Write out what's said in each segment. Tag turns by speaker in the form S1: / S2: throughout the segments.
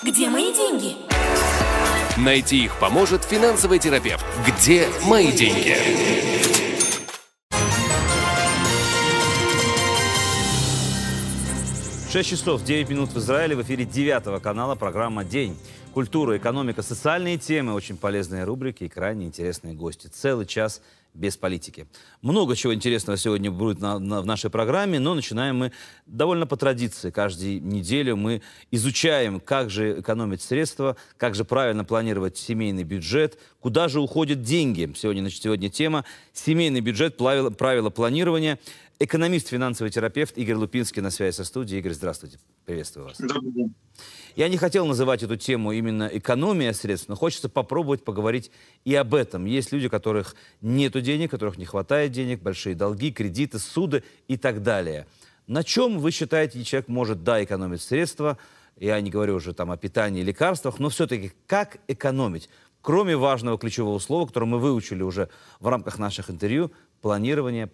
S1: Где мои деньги?
S2: Найти их поможет финансовый терапевт. Где мои деньги?
S3: 6 часов 9 минут в Израиле. В эфире 9 канала программа «День». Культура, экономика, социальные темы, очень полезные рубрики и крайне интересные гости. Целый час без политики. Много чего интересного сегодня будет в нашей программе, но начинаем мы довольно по традиции. Каждую неделю мы изучаем, как же экономить средства, как же правильно планировать семейный бюджет, куда же уходят деньги. Сегодня тема «Семейный бюджет. Правила планирования». Экономист, финансовый терапевт Игорь Лупинский на связи со студией. Игорь, здравствуйте. Приветствую вас.
S4: Добрый день.
S3: Я не хотел называть эту тему именно экономия средств, но хочется попробовать поговорить и об этом. Есть люди, у которых нет денег, у которых не хватает денег, большие долги, кредиты, суды и так далее. На чем, вы считаете, человек может, экономить средства? Я не говорю уже там о питании и лекарствах, но все-таки как экономить? Кроме важного ключевого слова, которое мы выучили уже в рамках наших интервью – планирование.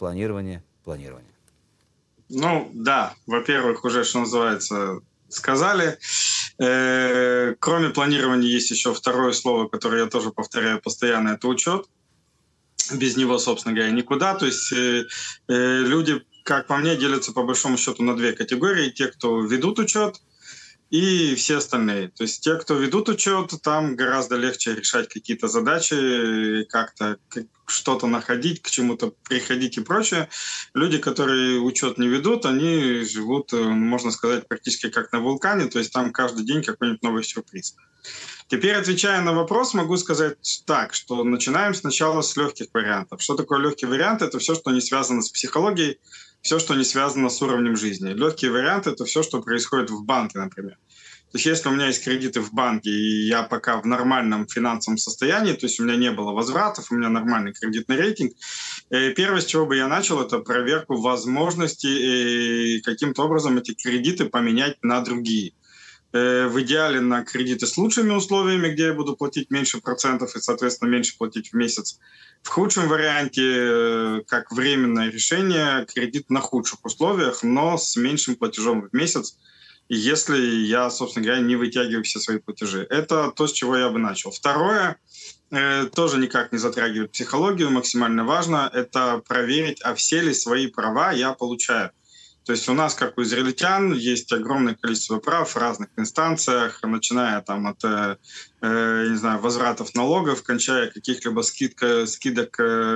S4: Ну, да, во-первых, уже, что называется, сказали. Кроме планирования есть еще второе слово, которое я тоже повторяю постоянно, это учет. Без него, собственно говоря, никуда. То есть люди, как по мне, делятся по большому счету на две категории. Те, кто ведут учет, и все остальные. То есть те, кто ведут учет, там гораздо легче решать какие-то задачи, как-то что-то находить, к чему-то приходить и прочее. Люди, которые учет не ведут, они живут, можно сказать, практически как на вулкане, то есть там каждый день какой-нибудь новый сюрприз. Теперь, отвечая на вопрос, могу сказать так, что начинаем сначала с легких вариантов. Что такое легкий вариант? Это все, что не связано с психологией, все, что не связано с уровнем жизни. Легкие варианты – это все, что происходит в банке, например. То есть если у меня есть кредиты в банке, и я пока в нормальном финансовом состоянии, то есть у меня не было возвратов, у меня нормальный кредитный рейтинг, первое, с чего бы я начал, это проверку возможности каким-то образом эти кредиты поменять на другие. В идеале на кредиты с лучшими условиями, где я буду платить меньше процентов и, соответственно, меньше платить в месяц. В худшем варианте, как временное решение, кредит на худших условиях, но с меньшим платежом в месяц, если я, собственно говоря, не вытягиваю все свои платежи. Это то, с чего я бы начал. Второе, тоже никак не затрагивает психологию, максимально важно, это проверить, а все ли свои права я получаю. То есть у нас, как у израильтян, есть огромное количество прав в разных инстанциях, начиная там от не знаю, возвратов налогов, кончая каких-либо скидок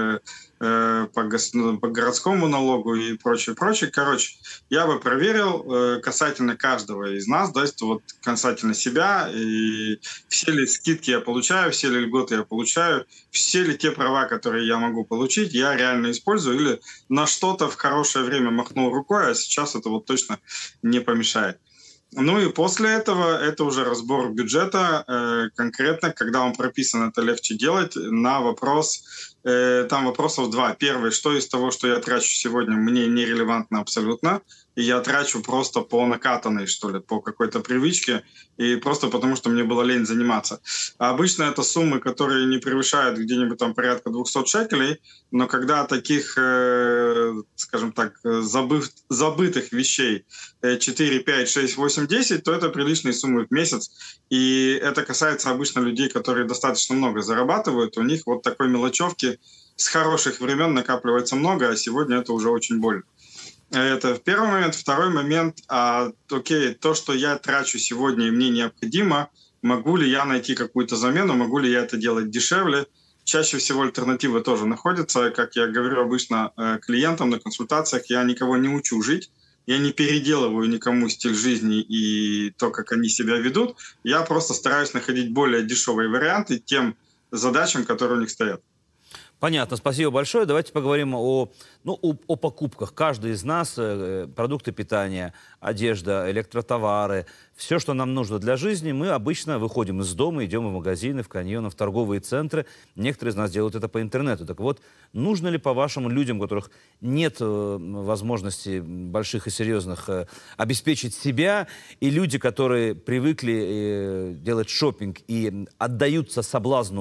S4: по городскому налогу и прочее. Короче, я бы проверил касательно каждого из нас, да, вот касательно себя, и все ли скидки я получаю, все ли льготы я получаю, все ли те права, которые я могу получить, я реально использую или на что-то в хорошее время махнул рукой, а сейчас это вот точно не помешает. Ну и после этого это уже разбор бюджета. Конкретно, когда он прописан, это легче делать. На вопрос, там вопросов два. Первый, что из того, что я трачу сегодня, мне нерелевантно абсолютно. И я трачу просто по накатанной, что ли, по какой-то привычке, и просто потому, что мне было лень заниматься. А обычно это суммы, которые не превышают где-нибудь там порядка 200 шекелей, но когда таких, скажем так, забытых вещей 4, 5, 6, 8, 10, то это приличные суммы в месяц. И это касается обычно людей, которые достаточно много зарабатывают. У них вот такой мелочевки с хороших времен накапливается много, а сегодня это уже очень больно. Это первый момент. Второй момент, окей, то, что я трачу сегодня и мне необходимо, могу ли я найти какую-то замену, могу ли я это делать дешевле. Чаще всего альтернативы тоже находятся. Как я говорю обычно клиентам на консультациях, я никого не учу жить, я не переделываю никому стиль жизни и то, как они себя ведут. Я просто стараюсь находить более дешевые варианты тем задачам, которые у них стоят.
S3: Понятно, спасибо большое. Давайте поговорим о покупках. Каждый из нас, продукты питания, одежда, электротовары, все, что нам нужно для жизни, мы обычно выходим из дома, идем в магазины, в каньоны, в торговые центры. Некоторые из нас делают это по интернету. Так вот, нужно ли, по-вашему, людям, у которых нет возможности больших и серьезных обеспечить себя, и люди, которые привыкли делать шопинг и отдаются соблазну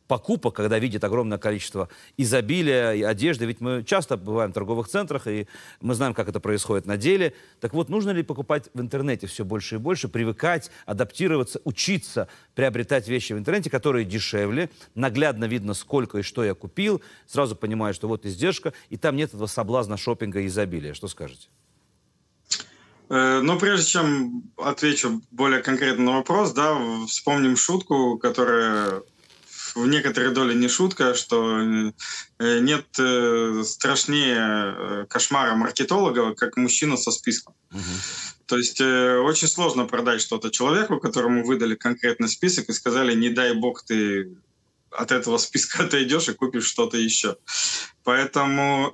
S3: покупок, когда видят огромное количество изобилия и одежды. Ведь мы часто бываем в торговых центрах, и мы знаем, как это происходит на деле. Так вот, нужно ли покупать в интернете все больше и больше, привыкать, адаптироваться, учиться приобретать вещи в интернете, которые дешевле, наглядно видно, сколько и что я купил, сразу понимаю, что вот издержка, и там нет этого соблазна шопинга и изобилия. Что скажете?
S4: Но прежде чем отвечу более конкретно на вопрос, да, вспомним шутку, которая в некоторой доле не шутка, что нет страшнее кошмара маркетолога, как мужчина со списком. То есть очень сложно продать что-то человеку, которому выдали конкретный список и сказали, не дай бог ты от этого списка отойдешь и купишь что-то еще. Поэтому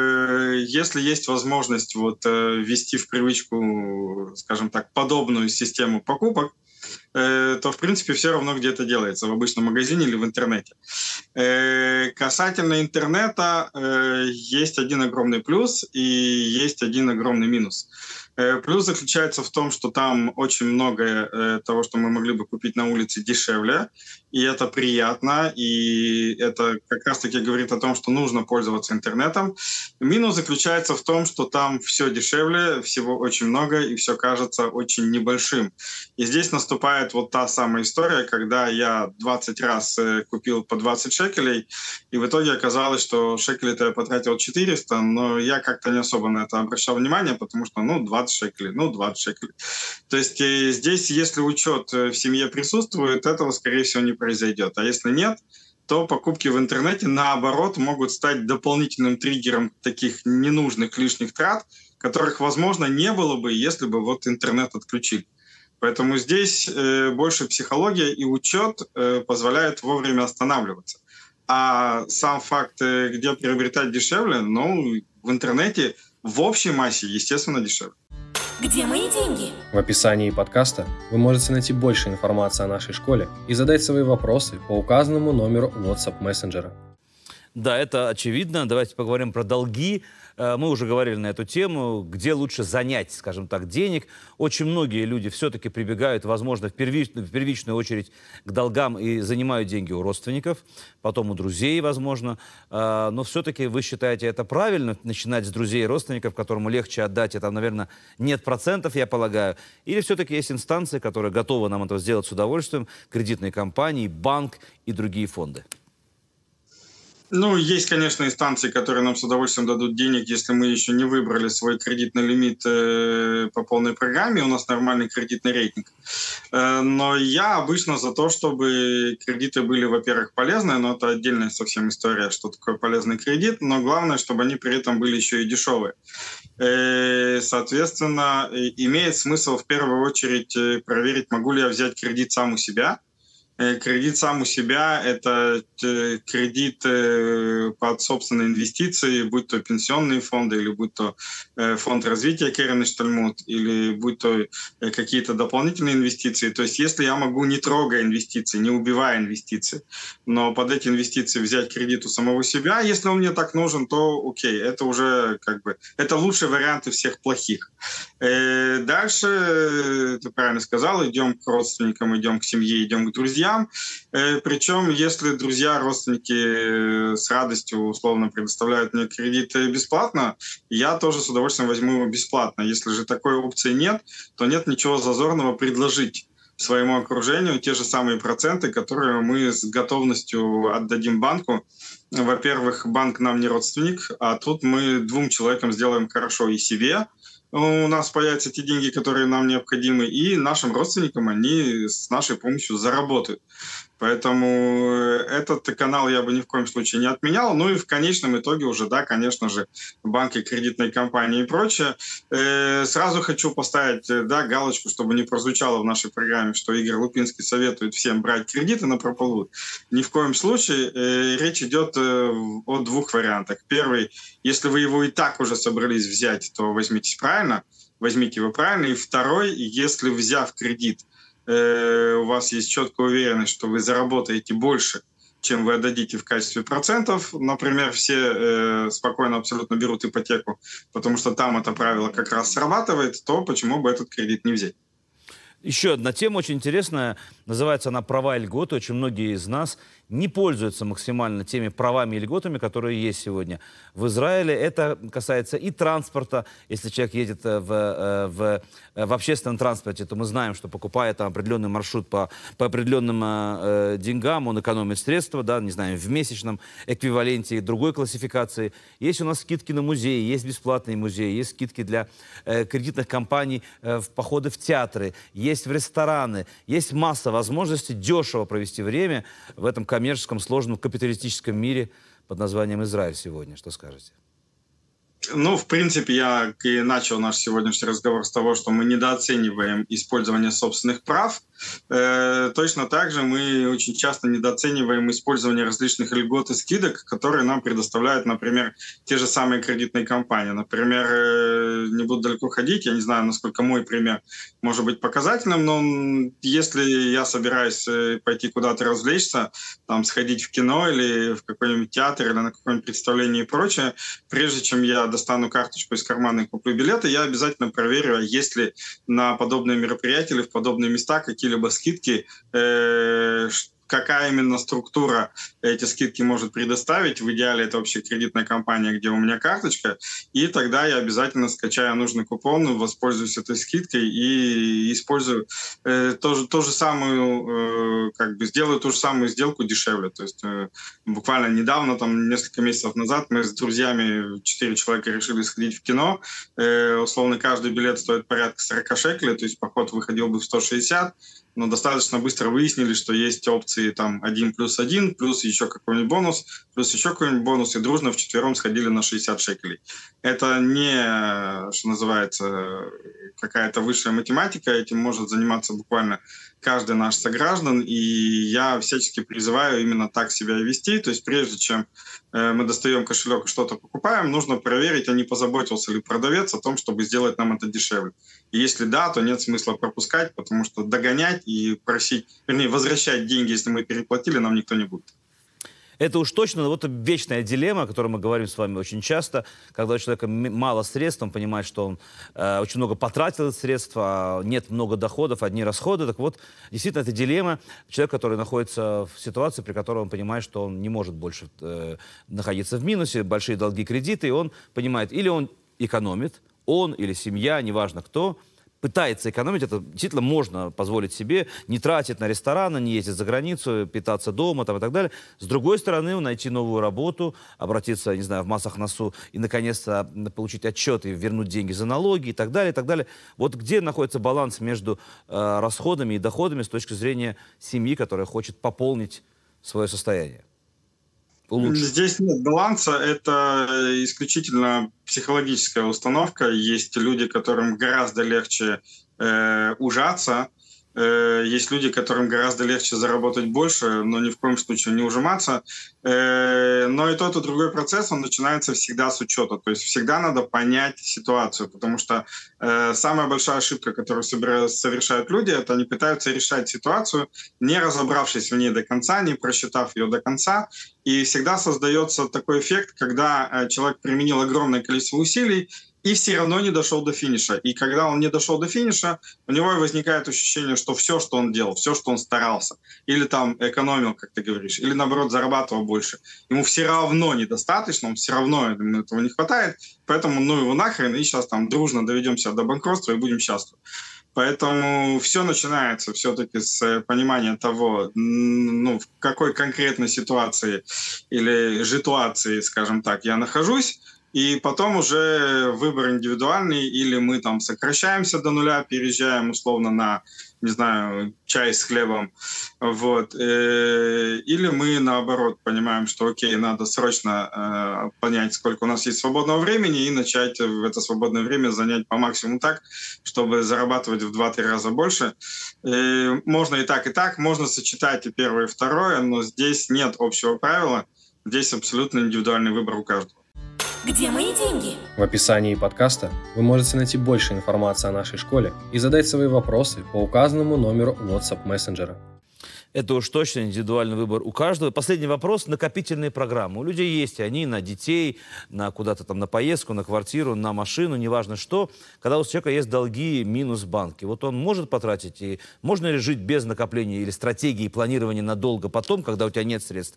S4: если есть возможность ввести в привычку, скажем так, подобную систему покупок, то, в принципе, все равно где-то делается, в обычном магазине или в интернете. Касательно интернета, есть один огромный плюс и есть один огромный минус. Плюс заключается в том, что там очень многое того, что мы могли бы купить на улице, дешевле, и это приятно, и это как раз-таки говорит о том, что нужно пользоваться интернетом. Минус заключается в том, что там все дешевле, всего очень много, и все кажется очень небольшим. И здесь наступает вот та самая история, когда я 20 раз купил по 20 шекелей, и в итоге оказалось, что шекелей-то я потратил 400, но я как-то не особо на это обращал внимание, потому что, 20 шекелей, 20 шекелей. То есть здесь, если учет в семье присутствует, этого, скорее всего, не произойдет. А если нет, то покупки в интернете, наоборот, могут стать дополнительным триггером таких ненужных лишних трат, которых, возможно, не было бы, если бы интернет отключили. Поэтому здесь больше психология и учет позволяют вовремя останавливаться. А сам факт, где приобретать дешевле, в интернете в общей массе, естественно, дешевле.
S1: Где мои деньги?
S5: В описании подкаста вы можете найти больше информации о нашей школе и задать свои вопросы по указанному номеру WhatsApp мессенджера.
S3: Да, это очевидно. Давайте поговорим про долги. Мы уже говорили на эту тему, где лучше занять, скажем так, денег. Очень многие люди все-таки прибегают, возможно, в первичную очередь к долгам и занимают деньги у родственников, потом у друзей, возможно. Но все-таки вы считаете это правильно, начинать с друзей и родственников, которому легче отдать, и там, наверное, нет процентов, я полагаю. Или все-таки есть инстанции, которые готовы нам это сделать с удовольствием, кредитные компании, банк и другие фонды?
S4: Есть, конечно, инстанции, которые нам с удовольствием дадут денег, если мы еще не выбрали свой кредитный лимит по полной программе, у нас нормальный кредитный рейтинг. Но я обычно за то, чтобы кредиты были, во-первых, полезные, но это отдельная совсем история, что такое полезный кредит, но главное, чтобы они при этом были еще и дешевые. Соответственно, имеет смысл в первую очередь проверить, могу ли я взять кредит сам у себя. Кредит сам у себя – это кредит под собственные инвестиции, будь то пенсионные фонды, или будь то фонд развития Керен Штальмут, или будь то какие-то дополнительные инвестиции. То есть если я могу, не трогая инвестиции, не убивая инвестиции, но под эти инвестиции взять кредит у самого себя, если он мне так нужен, то окей, это уже это лучший вариант из всех плохих. Дальше, ты правильно сказал, идем к родственникам, идем к семье, идем к друзьям. Причем, если друзья, родственники с радостью условно предоставляют мне кредит бесплатно, я тоже с удовольствием возьму его бесплатно. Если же такой опции нет, то нет ничего зазорного предложить своему окружению те же самые проценты, которые мы с готовностью отдадим банку. Во-первых, банк нам не родственник, а тут мы двум человекам сделаем хорошо, и себе. У нас появятся те деньги, которые нам необходимы, и нашим родственникам они с нашей помощью заработают. Поэтому этот канал я бы ни в коем случае не отменял. И в конечном итоге уже, да, конечно же, банки, кредитные компании и прочее. Сразу хочу поставить, галочку, чтобы не прозвучало в нашей программе, что Игорь Лупинский советует всем брать кредиты напропалую. Ни в коем случае. Речь идет о двух вариантах. Первый, если вы его и так уже собрались взять, то возьмите его правильно. И второй, если взяв кредит, у вас есть четкая уверенность, что вы заработаете больше, чем вы отдадите в качестве процентов. Например, все спокойно абсолютно берут ипотеку, потому что там это правило как раз срабатывает, то почему бы этот кредит не взять?
S3: Еще одна тема очень интересная. Называется она «Права и льготы». Очень многие из нас не пользуются максимально теми правами и льготами, которые есть сегодня в Израиле. Это касается и транспорта. Если человек едет в общественном транспорте, то мы знаем, что покупая там определенный маршрут по определенным деньгам, он экономит средства, да, не знаю, в месячном эквиваленте другой классификации. Есть у нас скидки на музеи, есть бесплатные музеи, есть скидки для кредитных компаний в походы в театры, есть в рестораны, есть масса возможностей дешево провести время в этом коммерческом, сложном, капиталистическом мире под названием Израиль сегодня. Что скажете?
S4: Ну, в принципе, я и начал наш сегодняшний разговор с того, что мы недооцениваем использование собственных прав. Точно так же мы очень часто недооцениваем использование различных льгот и скидок, которые нам предоставляют, например, те же самые кредитные компании. Например, не буду далеко ходить, я не знаю, насколько мой пример может быть показательным, но если я собираюсь пойти куда-то развлечься, там, сходить в кино или в какой-нибудь театр или на какое-нибудь представление и прочее, прежде чем я достану карточку из кармана и куплю билеты, я обязательно проверю, есть ли на подобные мероприятия или в подобные места какие-либо скидки, какая именно структура эти скидки может предоставить. В идеале это вообще кредитная компания, где у меня карточка. И тогда я обязательно скачаю нужный купон, воспользуюсь этой скидкой и использую ту же самую, сделаю ту же самую сделку дешевле. То есть буквально недавно, там несколько месяцев назад, мы с друзьями, 4 человека, решили сходить в кино. Условно, каждый билет стоит порядка 40 шекелей, то есть поход выходил бы в 160. Но достаточно быстро выяснили, что есть опции там 1+1, плюс еще какой-нибудь бонус, плюс еще какой-нибудь бонус, и дружно вчетвером сходили на 60 шекелей. Это не, что называется, какая-то высшая математика, этим может заниматься буквально каждый наш сограждан, и я всячески призываю именно так себя вести. То есть прежде чем мы достаем кошелек и что-то покупаем, нужно проверить, а не позаботился ли продавец о том, чтобы сделать нам это дешевле. И если да, то нет смысла пропускать, потому что догонять и просить, вернее, возвращать деньги, если мы переплатили, нам никто не будет.
S3: Это уж точно вот вечная дилемма, о которой мы говорим с вами очень часто, когда у человека мало средств, он понимает, что он очень много потратил средств, а нет много доходов, одни расходы. Так вот, действительно, это дилемма человека, который находится в ситуации, при которой он понимает, что он не может больше находиться в минусе, большие долги, кредиты, и он понимает, или он экономит, он или семья, неважно кто, пытается экономить, это действительно можно позволить себе, не тратить на рестораны, не ездить за границу, питаться дома там, и так далее. С другой стороны, найти новую работу, обратиться, не знаю, в Мас Ахнасу и, наконец-то, получить отчет и вернуть деньги за налоги и так далее, и так далее. Вот где находится баланс между расходами и доходами с точки зрения семьи, которая хочет пополнить свое состояние? Улучшить.
S4: Здесь нет баланса, это исключительно психологическая установка. Есть люди, которым гораздо легче ужаться, есть люди, которым гораздо легче заработать больше, но ни в коем случае не ужиматься. Но и тот, и другой процесс, он начинается всегда с учета. То есть всегда надо понять ситуацию, потому что самая большая ошибка, которую совершают люди, это они пытаются решать ситуацию, не разобравшись в ней до конца, не просчитав ее до конца. И всегда создается такой эффект, когда человек применил огромное количество усилий, и все равно не дошел до финиша. И когда он не дошел до финиша, у него возникает ощущение, что все, что он делал, все, что он старался, или там экономил, как ты говоришь, или наоборот зарабатывал больше, ему все равно недостаточно, он все равно этого не хватает, поэтому ну его нахрен, и сейчас там дружно доведем себя до банкротства и будем счастливы. Поэтому все начинается все-таки с понимания того, ну, в какой конкретной ситуации или ситуации, скажем так, я нахожусь. И потом уже выбор индивидуальный, или мы там сокращаемся до нуля, переезжаем условно на, не знаю, чай с хлебом, вот. Или мы наоборот понимаем, что окей, надо срочно понять, сколько у нас есть свободного времени, и начать в это свободное время занять по максимуму так, чтобы зарабатывать в 2-3 раза больше. Можно и так, можно сочетать и первое, и второе, но здесь нет общего правила, здесь абсолютно индивидуальный выбор у каждого.
S1: Где мои деньги?
S5: В описании подкаста вы можете найти больше информации о нашей школе и задать свои вопросы по указанному номеру WhatsApp мессенджера.
S3: Это уж точно индивидуальный выбор у каждого. Последний вопрос. Накопительные программы. У людей есть они на детей, на куда-то там на поездку, на квартиру, на машину, неважно что. Когда у человека есть долги минус банки, вот он может потратить, и можно ли жить без накопления или стратегии планирования надолго потом, когда у тебя нет средств?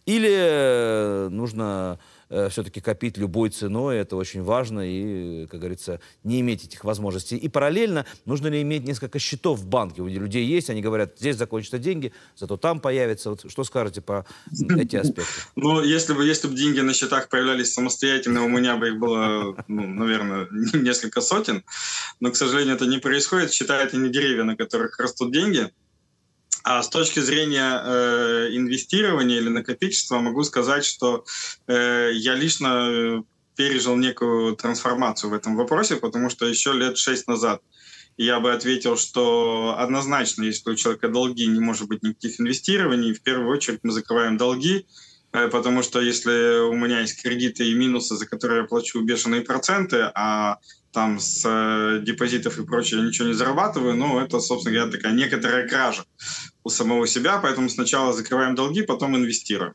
S3: Или нужно все-таки копить любой ценой, это очень важно, и, как говорится, не иметь этих возможностей. И параллельно нужно ли иметь несколько счетов в банке? У людей есть, они говорят, здесь закончатся деньги, зато там появится. Вот что скажете по эти аспекты?
S4: Ну, если бы деньги на счетах появлялись самостоятельно, у меня бы их было, наверное, несколько сотен. Но, к сожалению, это не происходит. Счета — это не деревья, на которых растут деньги. А с точки зрения инвестирования или накопительства могу сказать, что я лично пережил некую трансформацию в этом вопросе, потому что еще лет 6 назад я бы ответил, что однозначно, если у человека долги, не может быть никаких инвестирований. В первую очередь мы закрываем долги, потому что если у меня есть кредиты и минусы, за которые я плачу бешеные проценты, а там с депозитов и прочее я ничего не зарабатываю, это, собственно говоря, такая некоторая кража у самого себя, поэтому сначала закрываем долги, потом инвестируем.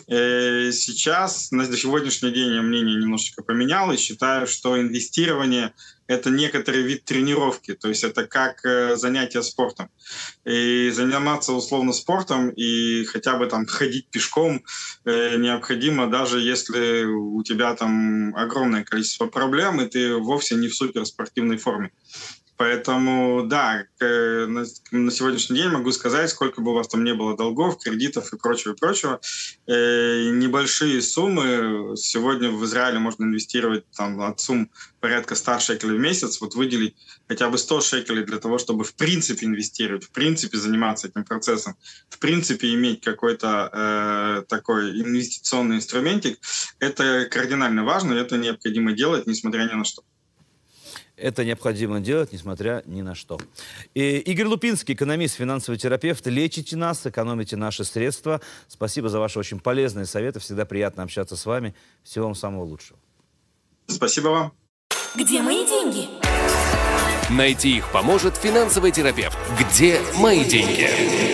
S4: Сейчас, на сегодняшний день, я мнение немножечко поменял и считаю, что инвестирование — это некоторый вид тренировки, то есть это как занятие спортом. И заниматься условно спортом и хотя бы там ходить пешком необходимо, даже если у тебя там огромное количество проблем, и ты вовсе не в суперспортивной форме. Поэтому, да, на сегодняшний день могу сказать, сколько бы у вас там не было долгов, кредитов и прочего, небольшие суммы. Сегодня в Израиле можно инвестировать там, от сумм порядка 100 шекелей в месяц, вот выделить хотя бы 100 шекелей для того, чтобы в принципе инвестировать, в принципе заниматься этим процессом, в принципе иметь какой-то такой инвестиционный инструментик. Это кардинально важно, и это необходимо делать, несмотря ни на что.
S3: Это необходимо делать, несмотря ни на что. Игорь Лупинский, экономист, финансовый терапевт. Лечите нас, экономите наши средства. Спасибо за ваши очень полезные советы. Всегда приятно общаться с вами. Всего вам самого лучшего.
S4: Спасибо вам.
S1: Где мои деньги?
S2: Найти их поможет финансовый терапевт. Где мои деньги?